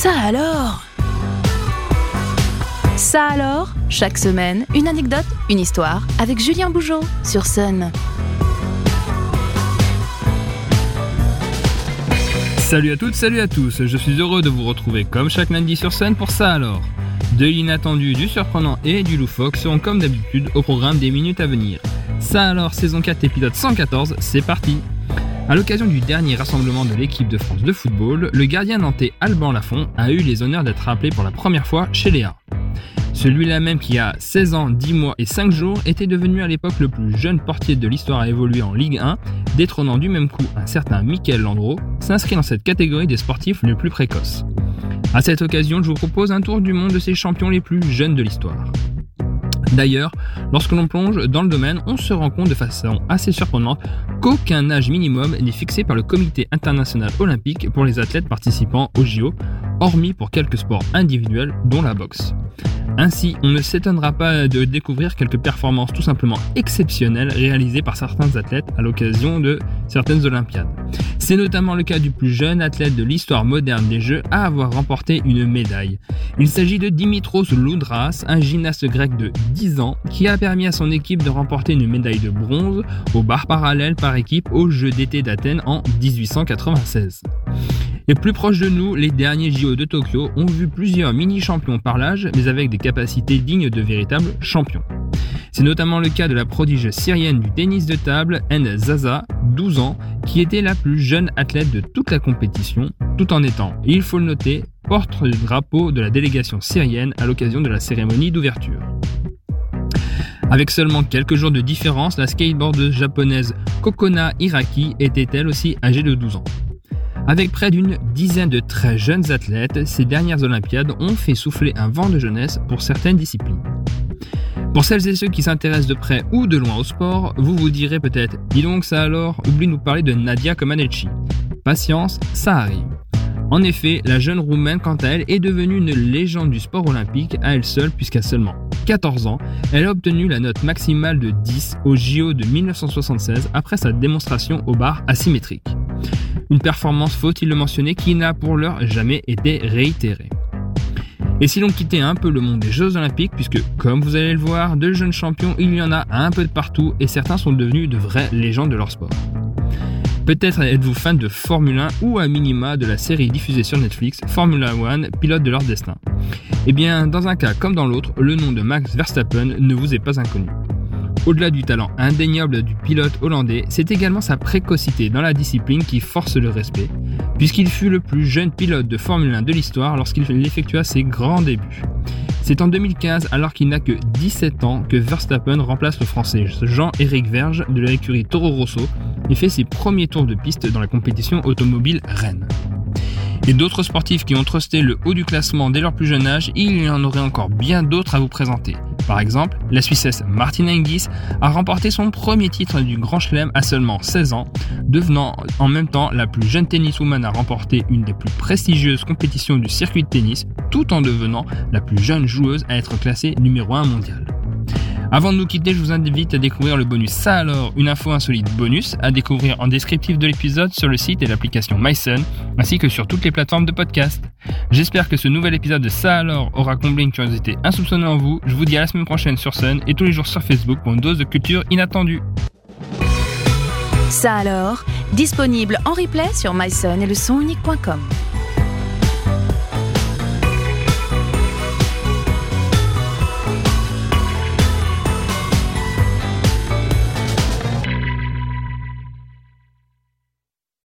Ça alors ? Ça alors, chaque semaine, une anecdote, une histoire, avec Julien Bougeaud sur Sun. Salut à toutes, salut à tous, je suis heureux de vous retrouver comme chaque lundi sur Sun pour Ça alors. De l'inattendu, du surprenant et du loufoque seront comme d'habitude au programme des minutes à venir. Ça alors, saison 4, épisode 114, c'est parti. À l'occasion du dernier rassemblement de l'équipe de France de football, le gardien nantais Alban Lafont a eu les honneurs d'être appelé pour la première fois chez les A. Celui-là même qui a 16 ans, 10 mois et 5 jours était devenu à l'époque le plus jeune portier de l'histoire à évoluer en Ligue 1, détrônant du même coup un certain Michael Landreau, s'inscrit dans cette catégorie des sportifs les plus précoces. À cette occasion, je vous propose un tour du monde de ces champions les plus jeunes de l'histoire. D'ailleurs, lorsque l'on plonge dans le domaine, on se rend compte de façon assez surprenante qu'aucun âge minimum n'est fixé par le Comité international olympique pour les athlètes participant aux JO, hormis pour quelques sports individuels dont la boxe. Ainsi, on ne s'étonnera pas de découvrir quelques performances tout simplement exceptionnelles réalisées par certains athlètes à l'occasion de certaines Olympiades. C'est notamment le cas du plus jeune athlète de l'histoire moderne des Jeux à avoir remporté une médaille. Il s'agit de Dimitros Loudras, un gymnaste grec de 10 ans qui a permis à son équipe de remporter une médaille de bronze aux barres parallèles par équipe aux Jeux d'été d'Athènes en 1896. Et plus proche de nous, les derniers JO de Tokyo ont vu plusieurs mini-champions par l'âge, mais avec des capacités dignes de véritables champions. C'est notamment le cas de la prodige syrienne du tennis de table, Hen Zaza, 12 ans, qui était la plus jeune athlète de toute la compétition, tout en étant, et il faut le noter, porte-drapeau de la délégation syrienne à l'occasion de la cérémonie d'ouverture. Avec seulement quelques jours de différence, la skateboardeuse japonaise Kokona Hiraki était elle aussi âgée de 12 ans. Avec près d'une dizaine de très jeunes athlètes, ces dernières Olympiades ont fait souffler un vent de jeunesse pour certaines disciplines. Pour celles et ceux qui s'intéressent de près ou de loin au sport, vous vous direz peut-être « Dis donc ça alors, oublie de nous parler de Nadia Comaneci ». Patience, ça arrive. En effet, la jeune Roumaine, quant à elle, est devenue une légende du sport olympique à elle seule puisqu'à seulement 14 ans, elle a obtenu la note maximale de 10 au JO de 1976 après sa démonstration aux barres asymétriques. Une performance, faut-il le mentionner, qui n'a pour l'heure jamais été réitérée. Et si l'on quittait un peu le monde des Jeux Olympiques, puisque, comme vous allez le voir, de jeunes champions, il y en a un peu de partout et certains sont devenus de vraies légendes de leur sport. Peut-être êtes-vous fan de Formule 1 ou à minima de la série diffusée sur Netflix, Formula One, pilote de leur destin. Eh bien, dans un cas comme dans l'autre, le nom de Max Verstappen ne vous est pas inconnu. Au-delà du talent indéniable du pilote hollandais, c'est également sa précocité dans la discipline qui force le respect, puisqu'il fut le plus jeune pilote de Formule 1 de l'histoire lorsqu'il effectua ses grands débuts. C'est en 2015, alors qu'il n'a que 17 ans, que Verstappen remplace le français Jean-Éric Vergne de l'écurie Toro Rosso et fait ses premiers tours de piste dans la compétition automobile Rennes. Et d'autres sportifs qui ont trusté le haut du classement dès leur plus jeune âge, il y en aurait encore bien d'autres à vous présenter. Par exemple, la Suissesse Martina Hingis a remporté son premier titre du Grand Chelem à seulement 16 ans, devenant en même temps la plus jeune tenniswoman à remporter une des plus prestigieuses compétitions du circuit de tennis, tout en devenant la plus jeune joueuse à être classée numéro 1 mondial. Avant de nous quitter, je vous invite à découvrir le bonus Ça alors, une info insolite bonus, à découvrir en descriptif de l'épisode sur le site et l'application MySun, ainsi que sur toutes les plateformes de podcast. J'espère que ce nouvel épisode de Ça alors aura comblé une curiosité insoupçonnée en vous. Je vous dis à la semaine prochaine sur Sun et tous les jours sur Facebook pour une dose de culture inattendue. Ça alors, disponible en replay sur mysun et le sonunique.com.